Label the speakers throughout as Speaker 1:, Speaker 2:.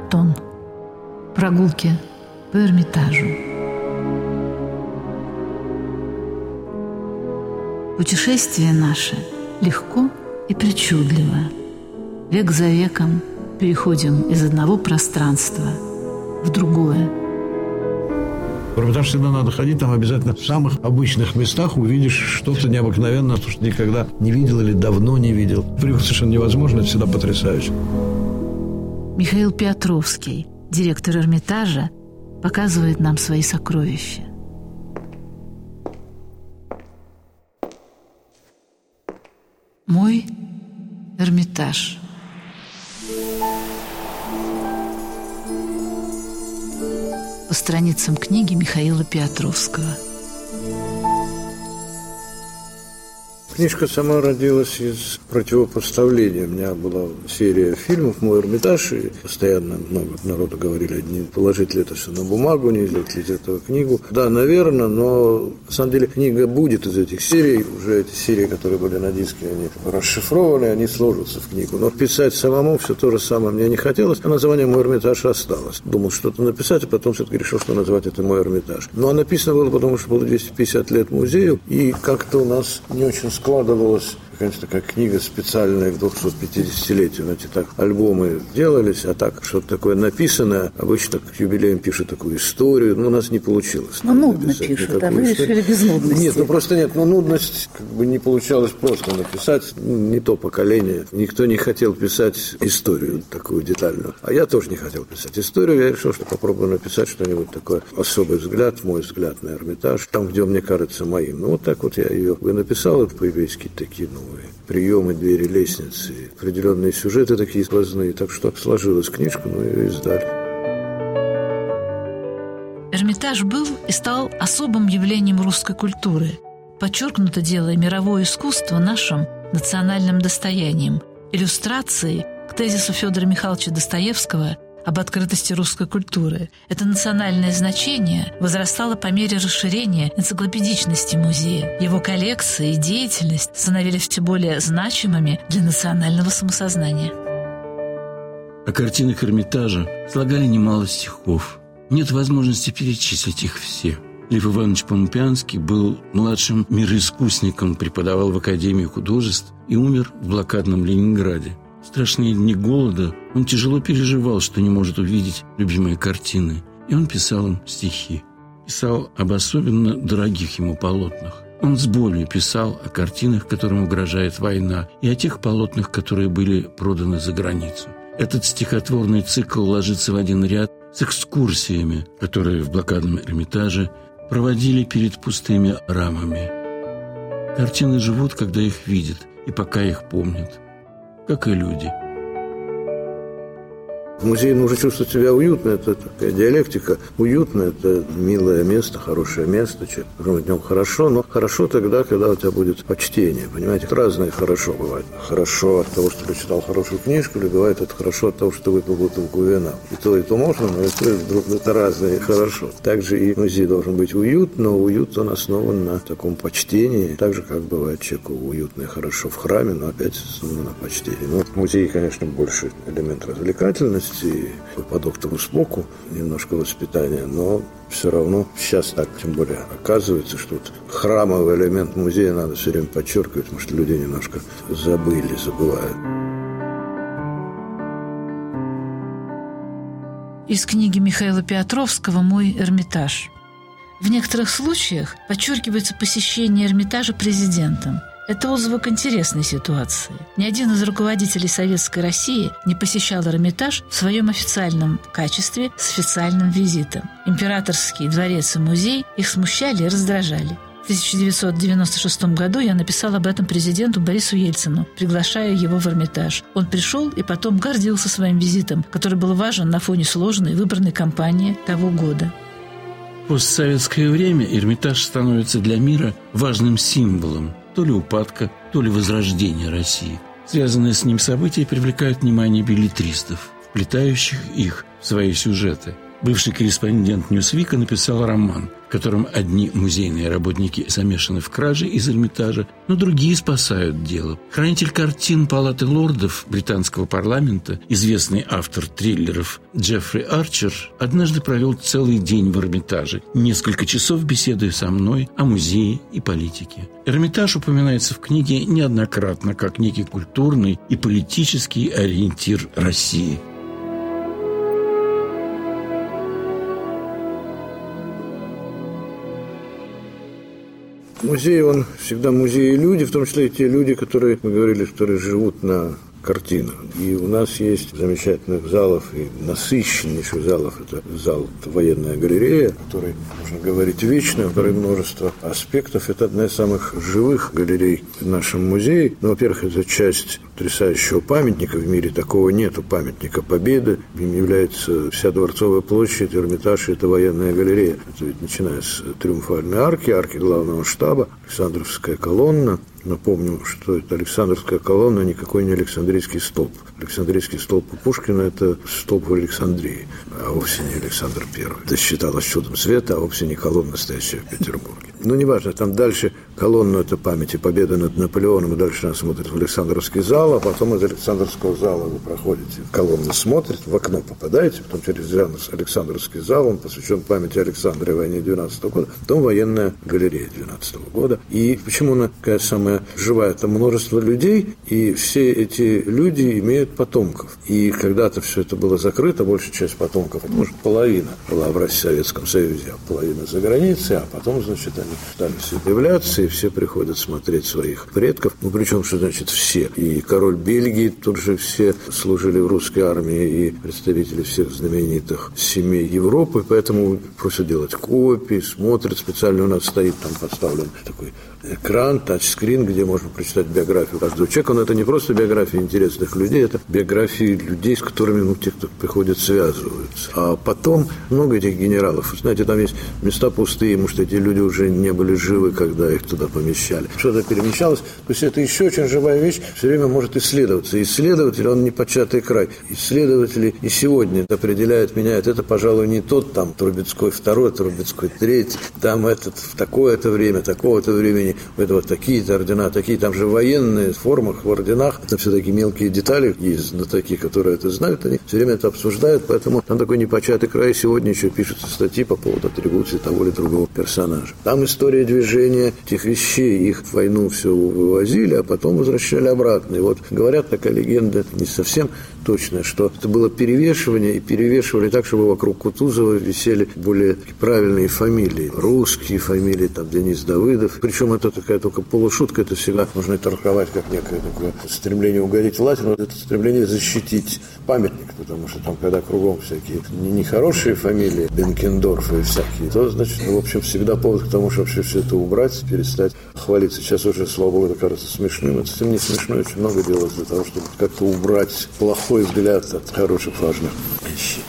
Speaker 1: Платон. Прогулки по Эрмитажу. Путешествие наше легко и причудливо. Век за веком переходим из одного пространства в другое.
Speaker 2: В Эрмитаж всегда надо ходить, там обязательно в самых обычных местах увидишь что-то необыкновенное, то, что никогда не видел или давно не видел. Привыкнуть совершенно невозможно, это всегда потрясающе.
Speaker 1: Михаил Петровский, директор Эрмитажа, показывает нам свои сокровища. Мой Эрмитаж. По страницам книги Михаила Петровского.
Speaker 2: Книжка сама родилась из противопоставления. У меня была серия фильмов «Мой Эрмитаж», и постоянно много народу говорили, не положить ли это все на бумагу, не сделать ли из этого книгу. Да, наверное, но на самом деле книга будет из этих серий. Уже эти серии, которые были на диске, они расшифрованы, они сложатся в книгу. Но писать самому все то же самое мне не хотелось, а название «Мой Эрмитаж» осталось. Думал что-то написать, а потом все-таки решил, что назвать это «Мой Эрмитаж». Ну, а написано было, потому что было 250 лет музею, и как-то у нас не очень складывалось, конечно, такая книга специальная к 250-летию. Знаете, так альбомы делались, а так что-то такое написанное. Обычно к юбилеям пишут такую историю, но у нас не получилось.
Speaker 1: Ну, нудно пишут, а вы решили без нудности.
Speaker 2: Нет, просто нет, нудность как бы не получалось просто написать. Не то поколение. Никто не хотел писать историю такую детальную. А я тоже не хотел писать историю. Я решил, что попробую написать что-нибудь такое, особый взгляд, мой взгляд на Эрмитаж, там, где он мне кажется моим. Ну, вот так вот я ее и написал, появились какие-то такие новые приемы, двери, лестницы, определенные сюжеты такие сквозные. Так что сложилась книжка, ну и издали.
Speaker 1: Эрмитаж был и стал особым явлением русской культуры, подчеркнуто делая мировое искусство нашим национальным достоянием, иллюстрацией к тезису Федора Михайловича Достоевского об открытости русской культуры. Это национальное значение возрастало по мере расширения энциклопедичности музея. Его коллекции и деятельность становились все более значимыми для национального самосознания.
Speaker 3: О картинах Эрмитажа слагали немало стихов. Нет возможности перечислить их все. Лев Иванович Помпянский был младшим мироискусником, преподавал в Академии художеств и умер в блокадном Ленинграде. В страшные дни голода он тяжело переживал, что не может увидеть любимые картины, и он писал им стихи. Писал об особенно дорогих ему полотнах. Он с болью писал о картинах, которым угрожает война, и о тех полотнах, которые были проданы за границу. Этот стихотворный цикл ложится в один ряд с экскурсиями, которые в блокадном Эрмитаже проводили перед пустыми рамами. Картины живут, когда их видят, и пока их помнят, как и люди.
Speaker 2: В музее нужно чувствовать себя уютно, это такая диалектика. Уютно – это милое место, хорошее место, в нем хорошо, но хорошо тогда, когда у тебя будет почтение, понимаете? Разное хорошо бывает. Хорошо от того, что прочитал хорошую книжку, или бывает это хорошо от того, что ты выпил бутылку вина. И то можно, но это разное хорошо. Также и музей должен быть уют, но уют он основан на таком почтении, так же, как бывает человеку уютно и хорошо в храме, но опять основан на почтении. Но в музее, конечно, больше элемент развлекательности, и по доктору Споку немножко воспитания, но все равно сейчас так, тем более оказывается, что вот храмовый элемент музея надо все время подчеркивать, потому что люди немножко забывают.
Speaker 1: Из книги Михаила Петровского «Мой Эрмитаж». В некоторых случаях подчеркивается посещение Эрмитажа президентом. Это отзвук интересной ситуации. Ни один из руководителей Советской России не посещал Эрмитаж в своем официальном качестве с официальным визитом. Императорский дворец и музей их смущали и раздражали. В 1996 году я написал об этом президенту Борису Ельцину, приглашая его в Эрмитаж. Он пришел и потом гордился своим визитом, который был важен на фоне сложной выборной кампании того года.
Speaker 3: В постсоветское время Эрмитаж становится для мира важным символом то ли упадка, то ли возрождения России. Связанные с ним события привлекают внимание беллетристов, вплетающих их в свои сюжеты. Бывший корреспондент «Ньюсвика» написал роман, в котором одни музейные работники замешаны в краже из Эрмитажа, но другие спасают дело. Хранитель картин Палаты лордов британского парламента, известный автор триллеров Джеффри Арчер, однажды провел целый день в Эрмитаже, несколько часов беседуя со мной о музее и политике. Эрмитаж упоминается в книге неоднократно как некий культурный и политический ориентир России.
Speaker 2: Музей, он всегда музей и люди, в том числе и те люди, которые, мы говорили, которые живут на картинах. И у нас есть замечательных залов и насыщеннейших залов. Это зал, это военная галерея, о которой можно говорить вечно, в которой множество аспектов. Это одна из самых живых галерей в нашем музее. Ну, во-первых, это часть потрясающего памятника. В мире такого нету, памятника Победы. Им является вся Дворцовая площадь, Эрмитаж, это военная галерея. Это ведь начиная с Триумфальной арки, арки главного штаба, Александровская колонна. Напомню, что это Александровская колонна, никакой не Александрийский столб. Александрийский столб у Пушкина – это столб в Александрии, а вовсе не Александр I. Это считалось чудом света, а вовсе не колонна, стоящая в Петербурге. Ну, неважно, там дальше колонна – это память и победа над Наполеоном, и дальше она смотрит в Александровский зал, а потом из Александровского зала вы проходите, колонна смотрит, в окно попадаете, потом через Александровский зал, он посвящен памяти Александра и войне 12 года, потом военная галерея 12 года. И почему она такая самая живая? Это множество людей, и все эти люди имеют потомков. И когда-то все это было закрыто, большая часть потомков, может, половина была в Советском Союзе, а половина за границей, а потом, значит, они стали все появляться, и все приходят смотреть своих предков. Ну, причем, что значит все? И король Бельгии, тут же все служили в русской армии, и представители всех знаменитых семей Европы, поэтому просят делать копии, смотрят, специально у нас стоит там подставлен такой экран, тачскрин, где можно прочитать биографию каждого человека. Но это не просто биографии интересных людей, это биографии людей, с которыми, те, кто приходит, связываются. А потом много этих генералов. Знаете, там есть места пустые, потому что эти люди уже не были живы, когда их туда помещали. Что-то перемещалось. То есть это еще очень живая вещь, все время может исследоваться. Исследователь, он не початый край. Исследователи и сегодня определяют, меняют. Это, пожалуй, не тот там Трубецкой II, Трубецкой III, там этот в такое-то время, такого-то времени, это вот такие-то ордена, такие, там же военные в формах, в орденах, это все такие мелкие детали, есть знатоки, которые это знают, они все время это обсуждают, поэтому там такой непочатый край, сегодня еще пишутся статьи по поводу атрибуции того или другого персонажа. Там история движения этих вещей, их в войну все вывозили, а потом возвращали обратно. И вот говорят, такая легенда, не совсем точная, что это было перевешивание, и перевешивали так, чтобы вокруг Кутузова висели более правильные фамилии, русские фамилии, там Денис Давыдов, причем это такая только полушутка, это всегда можно толковать как некое такое стремление угодить власти, но это стремление защитить памятник, потому что там, когда кругом всякие нехорошие фамилии, Бенкендорфы и всякие, то, значит, в общем, всегда повод к тому, чтобы вообще все это убрать, перестать хвалиться. Сейчас уже, слава богу, это кажется смешным, это совсем не смешно, очень много делалось для того, чтобы как-то убрать плохой взгляд от хороших, важных вещей.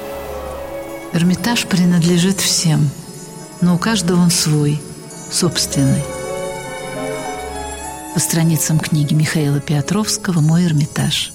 Speaker 1: Эрмитаж принадлежит всем, но у каждого он свой, собственный. По страницам книги Михаила Петровского «Мой Эрмитаж».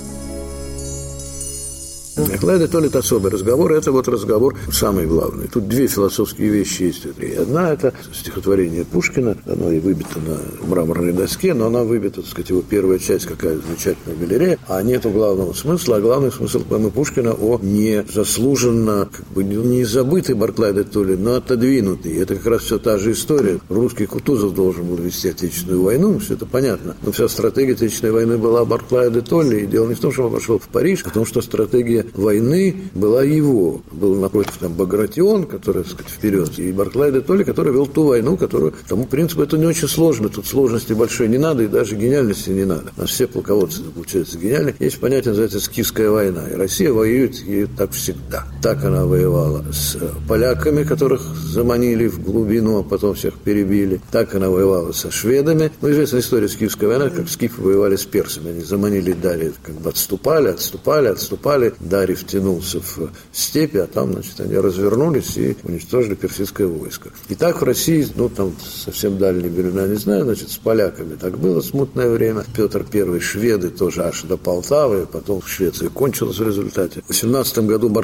Speaker 2: Клайд де Толль – это особый разговор, это вот разговор самый главный. Тут две философские вещи есть. И одна – это стихотворение Пушкина, оно и выбито на мраморной доске, но она выбита, так сказать, его первая часть, какая замечательная галерея, а нету главного смысла, а главный смысл поэмы Пушкина о незаслуженно, как бы не забытый Барклай де Толль, но отодвинутый. Это как раз все та же история. Русский Кутузов должен был вести Отечественную войну, все это понятно. Но вся стратегия Отечественной войны была Барклая де Толли, и дело не в том, что он пошел в Париж, а в том, что стратегия войны была его. Был напротив там Багратион, который, так сказать, вперед, и Барклай де Толли, который вел ту войну, которую, тому принципу, это не очень сложно. Тут сложности большой не надо, и даже гениальности не надо. У нас все полководцы, получается, гениальны. Есть понятие, называется «Скифская война». И Россия воюет ею так всегда. Так она воевала с поляками, которых заманили в глубину, а потом всех перебили. Так она воевала со шведами. Ну, известная история Скифской войны, как скифы воевали с персами. Они заманили Дарья, как бы отступали. Дарий втянулся в степи, а там, значит, они развернулись и уничтожили персидское войско. И так в России, там совсем дальние времена, не знаю, значит, с поляками так было смутное время. Петр I, шведы тоже аж до Полтавы, потом в Швеции кончилось в результате. В 17 году Барклай де Толль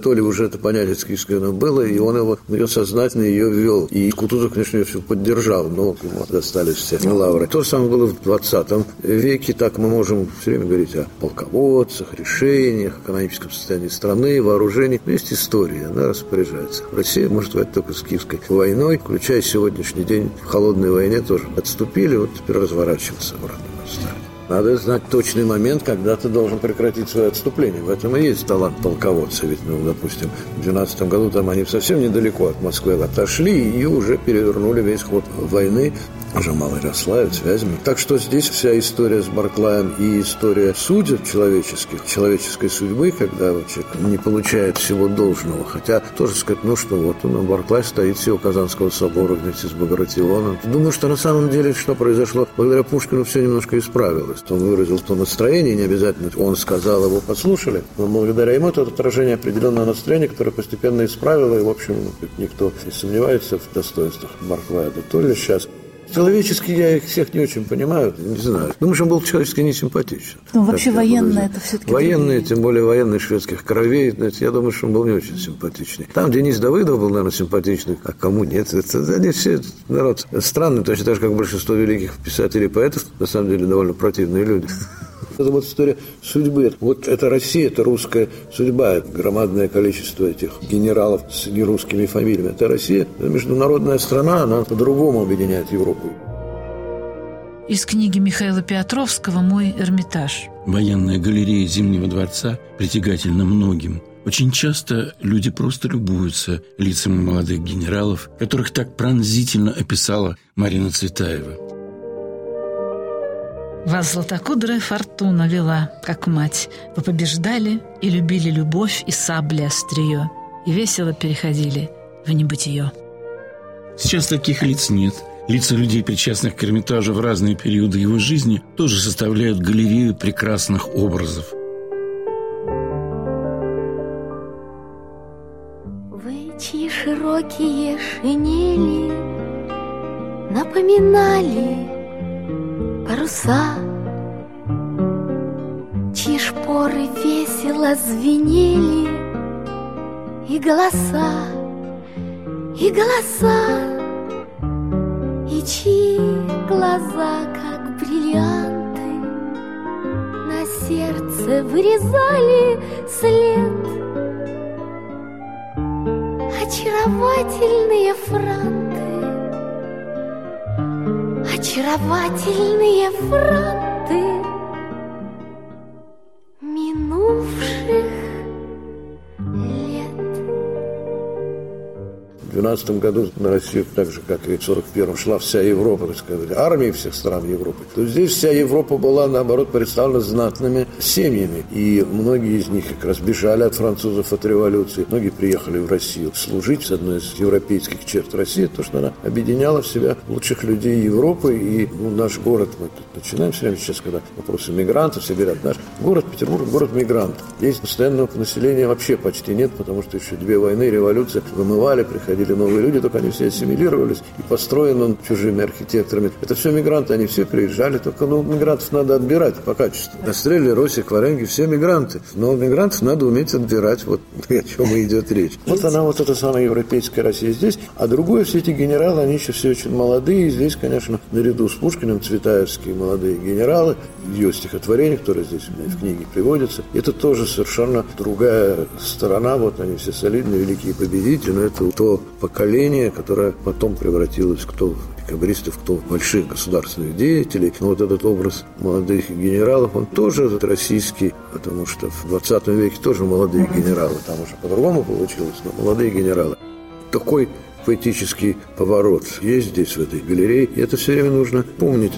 Speaker 2: то ли уже это понятие эскизское было, и он ее сознательно ее ввел. И Кутузов, конечно, ее все поддержал, но ему достались все лавры. То же самое было в 20 веке. Так мы можем все время говорить о полководцах, решениях, экономическом состоянии страны, вооружении. Но есть история, она распоряжается. Россия может воевать только с Киевской войной, включая сегодняшний день в холодной войне тоже отступили, вот теперь разворачиваться обратно на старт. Надо знать точный момент, когда ты должен прекратить свое отступление. В этом и есть талант полководца. Ведь, допустим, в 2012 году там они совсем недалеко от Москвы отошли и уже перевернули весь ход войны. Уже Малоярославец, Вязьма. Так что здесь вся история с Барклаем и история судеб человеческих, человеческой судьбы, когда человек не получает всего должного. Хотя тоже сказать, Барклай стоит всего Казанского собора вместе с Багратионом. Думаю, что на самом деле, что произошло, благодаря Пушкину все немножко исправилось. Он выразил то настроение, не обязательно он сказал, его послушали, но благодаря ему это отражение определенного настроения, которое постепенно исправило, и, в общем, никто не сомневается в достоинствах Барклая до то ли сейчас. Человечески я их всех не очень понимаю, не знаю. Думаю, что он был человечески несимпатичен.
Speaker 1: Вообще военные это все-таки...
Speaker 2: Военные, тем более военные шведских кровей, я думаю, что он был не очень симпатичный. Там Денис Давыдов был, наверное, симпатичный, а кому нет. Они все народ странный, точно так же, как большинство великих писателей и поэтов, на самом деле, довольно противные люди. Это вот история судьбы. Вот это Россия, это русская судьба. Громадное количество этих генералов с нерусскими фамилиями. Это Россия, это международная страна, она по-другому объединяет Европу.
Speaker 1: Из книги Михаила Петровского «Мой Эрмитаж».
Speaker 3: Военная галерея Зимнего дворца притягательна многим. Очень часто люди просто любуются лицами молодых генералов, которых так пронзительно описала Марина Цветаева.
Speaker 1: Вас златокудрая фортуна вела, как мать. Вы побеждали и любили любовь и сабли острие, и весело переходили в небытие.
Speaker 3: Сейчас таких лиц нет. Лица людей, причастных к Эрмитажу в разные периоды его жизни, тоже составляют галерею прекрасных образов.
Speaker 4: Вы, чьи широкие шинели напоминали паруса, чьи шпоры весело звенели, и голоса, и чьи глаза, как бриллианты, на сердце вырезали след. Очаровательные франты, очаровательные франты минувших лет.
Speaker 2: В 1912 году на Россию, так же, как и в 1941-м, шла вся Европа, так сказать, армии всех стран Европы. То здесь вся Европа была, наоборот, представлена знатными семьями. И многие из них как раз бежали от французов, от революции. Многие приехали в Россию служить. Одной из европейских черт России, то, что она объединяла в себя лучших людей Европы. И наш город, мы тут начинаем все время сейчас, когда вопросы мигрантов, все говорят, наш город Петербург, город мигрантов. Здесь постоянного населения вообще почти нет, потому что еще 2 войны, революция вымывали, приходили новые люди, только они все ассимилировались, и построен он чужими архитекторами. Это все мигранты, они все приезжали, только мигрантов надо отбирать по качеству. Настрелли, Росик, Варенги, все мигранты. Но мигрантов надо уметь отбирать, вот о чем и идет речь. Вот она, вот эта самая европейская Россия здесь, а другое, все эти генералы, они еще все очень молодые, и здесь, конечно, наряду с Пушкиным, цветаевские молодые генералы, ее стихотворения, которые здесь в книге приводятся, это тоже совершенно другая сторона, вот они все солидные, великие победители, но это то поколение, которое потом превратилось кто в декабристов, кто в больших государственных деятелей. Но вот этот образ молодых генералов, он тоже российский, потому что в 20 веке тоже молодые генералы, там уже по-другому получилось, но молодые генералы. Такой поэтический поворот есть здесь, в этой галерее, и это все время нужно помнить.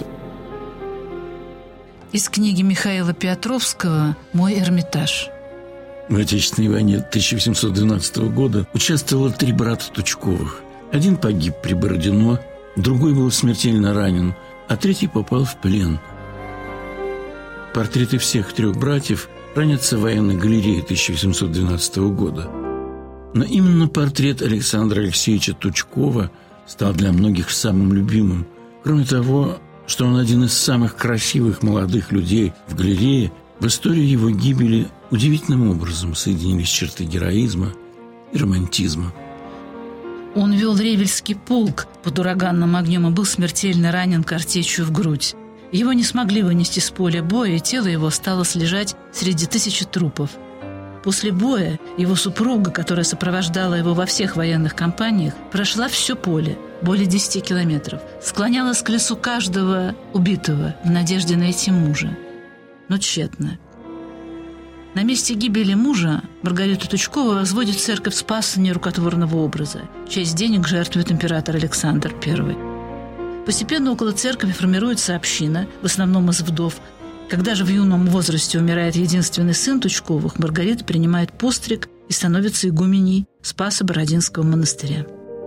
Speaker 1: Из книги Михаила Петровского «Мой Эрмитаж».
Speaker 3: В Отечественной войне 1812 года участвовало 3 брата Тучковых. Один погиб при Бородино, другой был смертельно ранен, а третий попал в плен. Портреты всех 3 братьев хранятся в военной галерее 1812 года. Но именно портрет Александра Алексеевича Тучкова стал для многих самым любимым. Кроме того, что он один из самых красивых молодых людей в галерее, В истории его гибели удивительным образом соединились черты героизма и романтизма.
Speaker 1: Он вел Ревельский полк под ураганным огнем и был смертельно ранен картечью в грудь. Его не смогли вынести с поля боя, и тело его осталось лежать среди тысячи трупов. После боя его супруга, которая сопровождала его во всех военных кампаниях, прошла все поле, более 10 километров, склонялась к лицу каждого убитого в надежде найти мужа. Но тщетно. На месте гибели мужа Маргарита Тучкова возводит церковь Спаса нерукотворного образа. В честь денег жертвует император Александр I. Постепенно около церкви формируется община, в основном из вдов. Когда же в юном возрасте умирает единственный сын Тучковых, Маргарита принимает постриг и становится игуменей Спасо-Бородинского монастыря.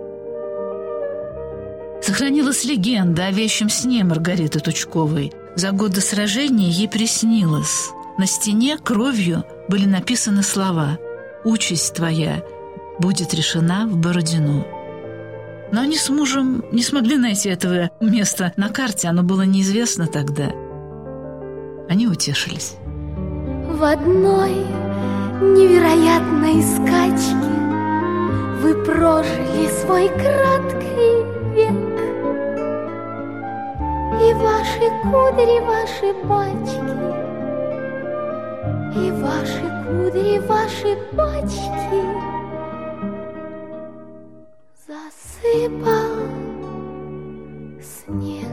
Speaker 1: Сохранилась легенда о вещем сне Маргариты Тучковой. За год до сражения ей приснилось. На стене кровью были написаны слова: «Участь твоя будет решена в Бородино». Но они с мужем не смогли найти этого места на карте, оно было неизвестно тогда. Они утешились.
Speaker 4: В одной невероятной скачке вы прожили свой краткий век, и ваши кудри, ваши бачки, и ваши кудри, ваши бачки засыпал снег.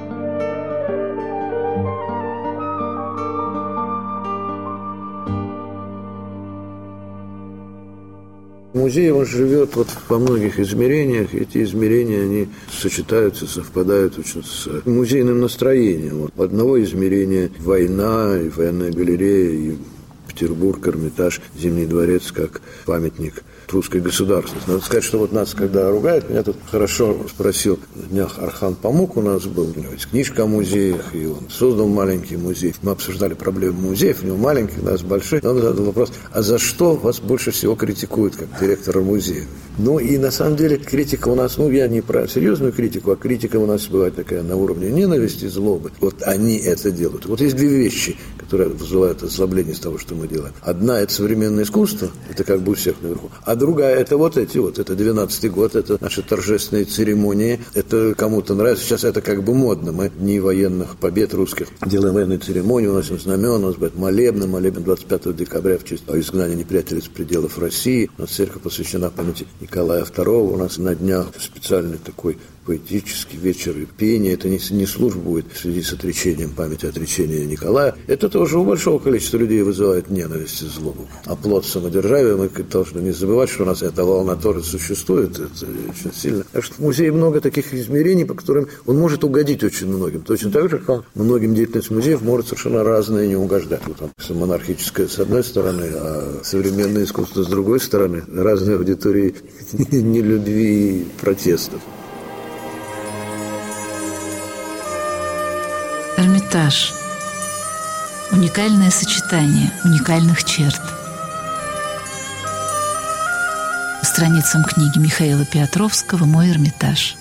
Speaker 2: Музей, он живет вот во многих измерениях. Эти измерения, они сочетаются, совпадают очень с музейным настроением. Вот одного измерения война, и военная галерея, и Петербург, Эрмитаж, Зимний дворец, как памятник русской государственности. Надо сказать, что вот нас, когда ругают, меня тут хорошо спросил, на днях Архан Памук у нас был, у него есть книжка о музеях, и он создал маленький музей. Мы обсуждали проблемы музеев, у него маленький, у нас большой. Он задал вопрос: а за что вас больше всего критикуют, как директора музея? Ну, и на самом деле критика у нас, я не про серьезную критику, а критика у нас бывает такая на уровне ненависти, злобы. Вот они это делают. Вот есть две вещи, которые вызывают озлобление с того, что мы делаем. Одна – это современное искусство, это как бы у всех наверху. А другая – это это 12-й год, это наши торжественные церемонии. Это кому-то нравится. Сейчас это как бы модно. Мы дни военных побед русских делаем военные церемонии, уносим знамена, у нас будет молебен 25 декабря в честь изгнания неприятелей с пределов России. У нас церковь посвящена памяти Николая II. У нас на днях специальный такой поэтический вечер и пение. Это не служба будет в связи с отречением, памяти отречения Николая. Это тоже у большого количества людей вызывает ненависть и злобу. А плод самодержавия, мы должны не забывать, что у нас эта волна тоже существует. Это очень сильно. Так что в музее много таких измерений, по которым он может угодить очень многим. Точно так же, как многим деятельность музеев может совершенно разное не угождать. Вот там монархическое с одной стороны, а современное искусство с другой стороны. Разные аудитории нелюбви и протестов.
Speaker 1: Эрмитаж. Уникальное сочетание уникальных черт. По страницам книги Михаила Петровского «Мой Эрмитаж».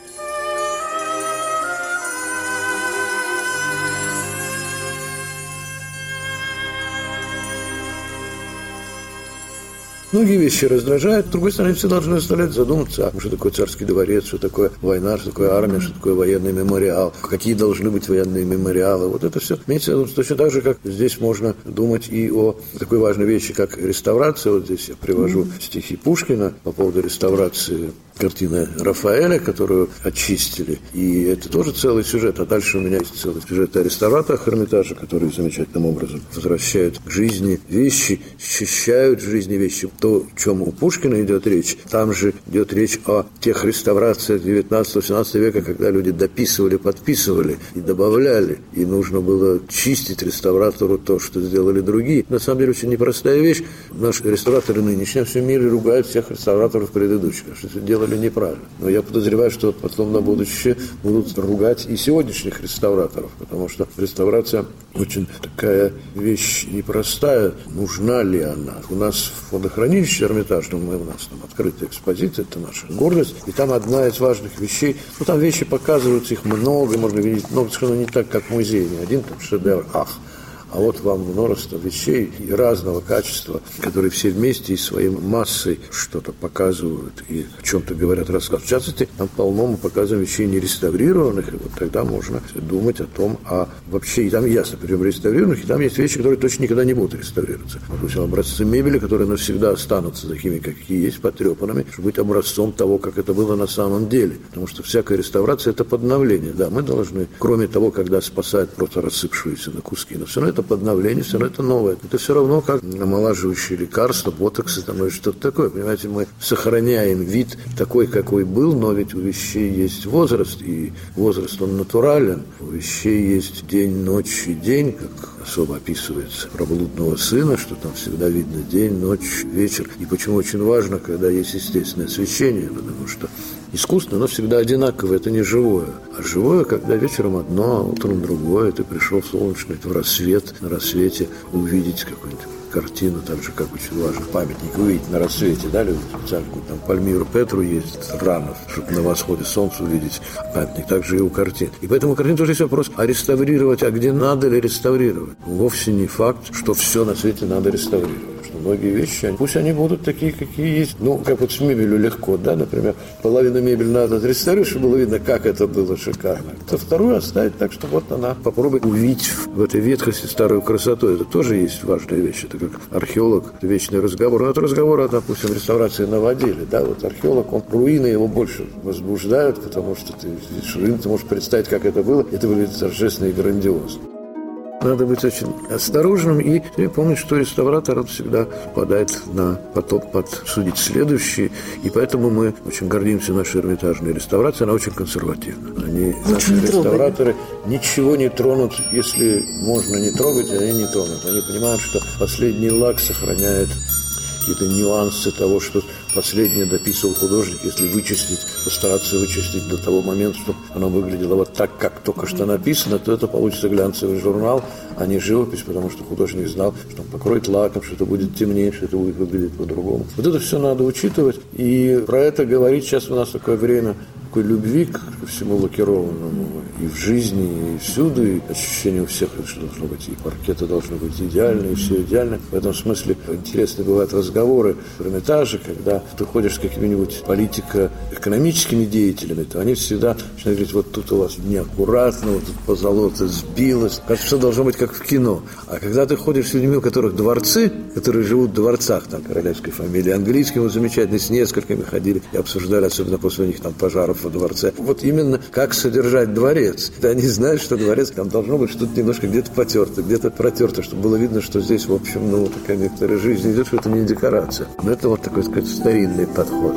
Speaker 2: Многие вещи раздражают, с другой стороны, все должны заставлять задуматься, что такое царский дворец, что такое война, что такое армия, что такое военный мемориал, какие должны быть военные мемориалы. Вот это все имеется в виду точно так же, как здесь можно думать и о такой важной вещи, как реставрация. Вот здесь я привожу стихи Пушкина по поводу реставрации картины Рафаэля, которую очистили. И это тоже целый сюжет. А дальше у меня есть целый сюжет о реставраторах Эрмитажа, которые замечательным образом возвращают к жизни вещи, счищают жизни вещи. То, о чем у Пушкина идет речь, там же идет речь о тех реставрациях 19-18 века, когда люди дописывали, подписывали и добавляли. И нужно было чистить реставратору то, что сделали другие. На самом деле очень непростая вещь. Наши реставраторы нынешние во всем мире ругают всех реставраторов предыдущих, что это делали неправильно. Но я подозреваю, что потом на будущее будут ругать и сегодняшних реставраторов, потому что реставрация очень такая вещь непростая. Нужна ли она? У нас в фондохранилище Эрмитажном, у нас там открытая экспозиция, это наша гордость, и там одна из важных вещей, там вещи показываются, их много, можно видеть много, совершенно не так, как в музее, не один там шедевр, А вот вам множество вещей и разного качества, которые все вместе и своей массой что-то показывают и о чем-то говорят, рассказывают. В частности, там полно мы показываем вещей нереставрированных, и вот тогда можно думать о том, а вообще, и там ясно, причем реставрированных, и там есть вещи, которые точно никогда не будут реставрироваться. Допустим, образцы мебели, которые навсегда останутся такими, какие есть, потрепанными, чтобы быть образцом того, как это было на самом деле. Потому что всякая реставрация – это подновление. Да, мы должны, кроме того, когда спасают просто рассыпавшиеся на куски, но все равно это подновление, все равно это новое. Это все равно как омолаживающие лекарства, ботоксы, там, или что-то такое. Понимаете, мы сохраняем вид такой, какой был, но ведь у вещей есть возраст, и возраст, он натурален. У вещей есть день, ночь и день, как особо описывается про блудного сына, что там всегда видно день, ночь, вечер. И почему очень важно, когда есть естественное освещение, потому что искусство, оно всегда одинаковое, это не живое. А живое, когда вечером одно, а утром другое. Ты пришел в солнечный, в рассвет, на рассвете увидеть какую-нибудь картину, так же, как очень важно памятник увидеть на рассвете, да, люди специально там Пальмиру Петру ездят рано, чтобы на восходе солнца увидеть памятник, так же и у картин. И поэтому у картин тоже есть вопрос, а реставрировать, а где надо ли реставрировать? Вовсе не факт, что все на свете надо реставрировать. Многие вещи, пусть они будут такие, какие есть. Ну, как вот с мебелью легко, да, например, половину мебели надо отреставрировать, чтобы было видно, как это было шикарно. А вторую оставить так, что вот она попробует увидеть в этой ветхости старую красоту. Это тоже есть важная вещь. Это как археолог, это вечный разговор. Но это разговор, допустим, реставрации наводили, да, вот археолог, он руины его больше возбуждают, потому что ты видишь руины, ты можешь представить, как это было, это выглядит торжественно и грандиозно. Надо быть очень осторожным и помнить, что реставратор всегда попадает на поток подсудить следующий. И поэтому мы очень гордимся нашей эрмитажной реставрацией. Она очень консервативна. Наши реставраторы ничего не тронут, если можно не трогать, они не тронут. Они понимают, что последний лак сохраняет какие-то нюансы того, что последнее дописывал художник, если вычистить, постараться вычистить до того момента, чтобы оно выглядело вот так, как только что написано, то это получится глянцевый журнал, а не живопись, потому что художник знал, что он покроет лаком, что это будет темнее, что это будет выглядеть по-другому. Вот это все надо учитывать, и про это говорить сейчас у нас такое время, такой любви ко всему лакированному и в жизни, и всюду, и ощущение у всех, что должно быть, и паркеты должны быть идеальны, и все идеально. В этом смысле интересны бывают разговоры в Эрмитаже, когда ты ходишь с какими-нибудь политико-экономическими деятелями, то они всегда начинают говорить, вот тут у вас неаккуратно, вот тут позолота сбилось. Кажется, все должно быть как в кино. А когда ты ходишь с людьми, у которых дворцы, которые живут в дворцах, там, королевской фамилии, английским, вот замечательно, с несколькими ходили и обсуждали, особенно после них там пожаров во дворце. Вот именно как содержать дворец. Да, они знают, что дворец там должно быть что-то немножко где-то потерто, где-то протерто, чтобы было видно, что здесь, в общем, ну, такая некоторая жизнь идет, что это не декорация. Но это вот такой, так сказать, старинный подход.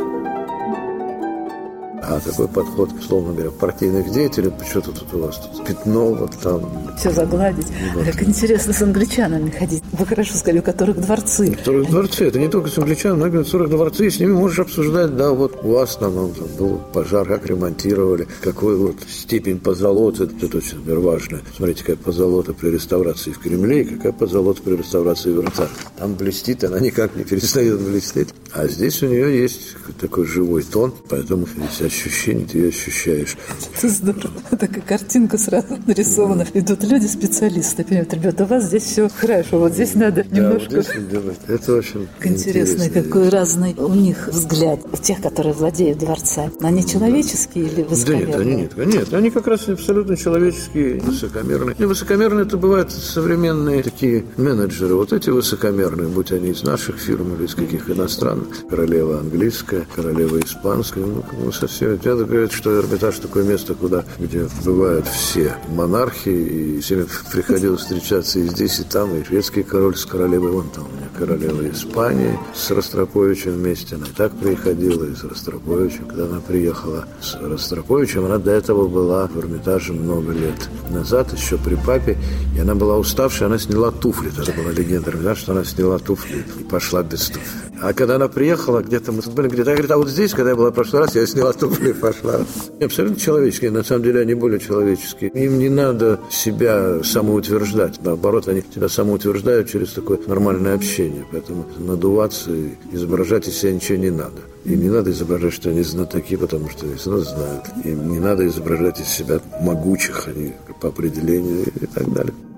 Speaker 2: А такой подход, условно говоря, партийных деятелей, почему-то тут у вас тут пятно, вот там.
Speaker 1: Все загладить. Вот. Как интересно с англичанами ходить. Вы хорошо сказали, у которых дворцы. У которых
Speaker 2: дворцы. Это не только с англичанами, но и у которых дворцы. И с ними можешь обсуждать, да, вот у вас там был пожар, как ремонтировали, какой вот степень позолоты. Это очень важно. Смотрите, какая позолота при реставрации в Кремле и какая позолота при реставрации в дворцах. Там блестит, она никак не перестает блестеть. А здесь у нее есть такой живой тон, поэтому здесь ощущение ты ее ощущаешь.
Speaker 1: Это здорово. Такая картинка сразу нарисована. Идут люди-специалисты, понимают, ребята, у вас здесь все хорошо, вот здесь надо немножко...
Speaker 2: Вот здесь делать. Это очень
Speaker 1: интересно. Какой разный у них взгляд, у тех, которые владеют дворцами. Они человеческие или высокомерные?
Speaker 2: Да нет, они как раз абсолютно человеческие, высокомерные. И высокомерные это бывают современные такие менеджеры. Вот эти высокомерные, будь они из наших фирм или из каких иностранных. Королева английская, королева испанская. Ну, совсем. Это говорят, что Эрмитаж такое место, где бывают все монархи, и всеми приходилось встречаться и здесь, и там, и шведский король с королевой, вон там у меня королева Испании с Ростроповичем вместе, она и так приходила, и с Ростроповичем, когда она приехала с Ростроповичем, она до этого была в Эрмитаже много лет назад, еще при папе, и она была уставшая, она сняла туфли, это была легенда Эрмитажа, что она сняла туфли и пошла без туфли. А когда она приехала, где-то мы были, где-то, я говорю, а вот здесь, когда я была в прошлый раз, я сняла туфли и пошла. Абсолютно человеческие, на самом деле они более человеческие. Им не надо себя самоутверждать, наоборот, они себя самоутверждают через такое нормальное общение, поэтому надуваться и изображать из себя ничего не надо. Им не надо изображать, что они знатоки, потому что они все равно знают. Им не надо изображать из себя могучих, они по определению и так далее.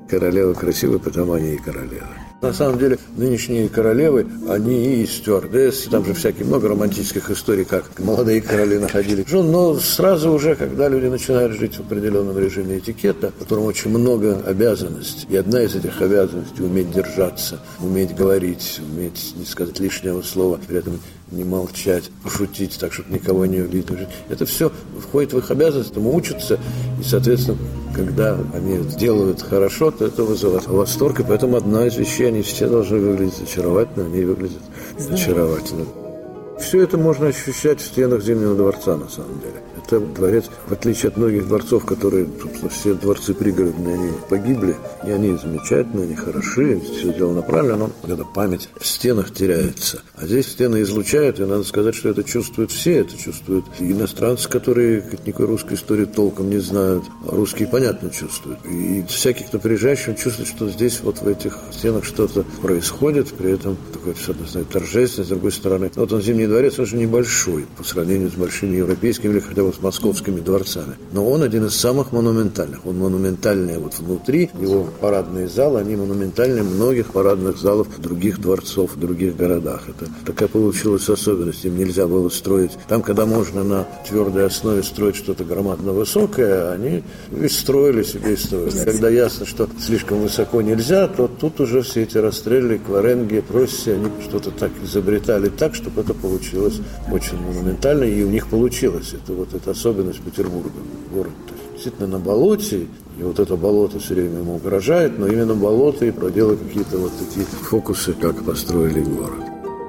Speaker 2: Королевы красивы, потому они и королевы. На самом деле, нынешние королевы, они и стюардессы, там же всякие много романтических историй, как молодые короли находили жен, но сразу уже, когда люди начинают жить в определенном режиме этикета, в котором очень много обязанностей, и одна из этих обязанностей – уметь держаться, уметь говорить, уметь не сказать лишнего слова, при этом не молчать, пошутить так, чтобы никого не убить. Это все входит в их обязанность, этому учатся, и, соответственно, когда они делают хорошо, то это вызывает восторг, и поэтому одна из вещей, они все должны выглядеть очаровательно, они выглядят очаровательно. Все это можно ощущать в стенах Зимнего дворца, на самом деле. Это дворец, в отличие от многих дворцов, которые, собственно, все дворцы пригородные, они погибли, и они замечательные, они хороши, все сделано правильно, но когда память в стенах теряется. А здесь стены излучают, и надо сказать, что это чувствуют все, это чувствуют и иностранцы, которые никакой русской истории толком не знают, а русские, понятно, чувствуют. И всякий, кто приезжающий, он чувствует, что здесь вот в этих стенах что-то происходит, при этом такое, с одной стороны, торжественно, с другой стороны. Вот он, Зимний дворец, он же небольшой по сравнению с большими европейскими или хотя бы с московскими дворцами. Но он один из самых монументальных. Он монументальный вот внутри, его парадные залы, они монументальнее многих парадных залов других дворцов в других городах. Это такая получилась особенность. Им нельзя было строить. Там, когда можно на твердой основе строить что-то громадно высокое, они и строили себе и строили. Когда ясно, что слишком высоко нельзя, то тут уже все эти расстрелы, кваренги, просси, они что-то так изобретали так, чтобы это получилось очень монументально, и у них получилось. Это вот эта особенность Петербурга. Город действительно на болоте, и вот это болото все время ему угрожает, но именно болото и проделали какие-то вот такие фокусы, как построили город.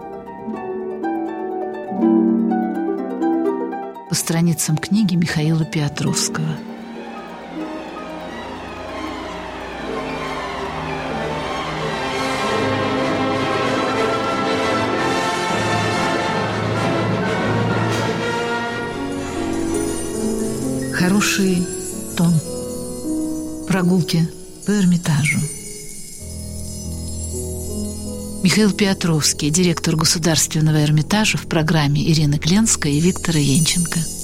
Speaker 1: По страницам книги Михаила Петровского. Хороший тон. Прогулки по Эрмитажу. Михаил Петровский, директор Государственного Эрмитажа, в программе Ирины Кленской и Виктора Янченко.